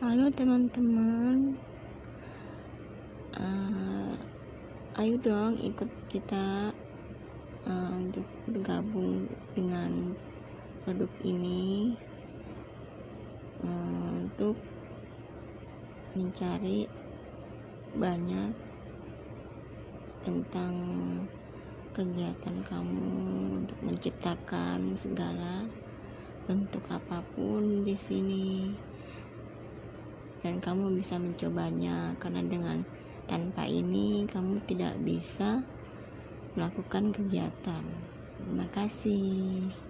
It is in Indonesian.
Halo teman-teman, ayo dong ikut kita untuk bergabung dengan produk ini untuk mencari banyak tentang kegiatan kamu untuk menciptakan segala bentuk apapun di sini, dan kamu bisa mencobanya karena dengan tanpa ini kamu tidak bisa melakukan kegiatan. Terima kasih.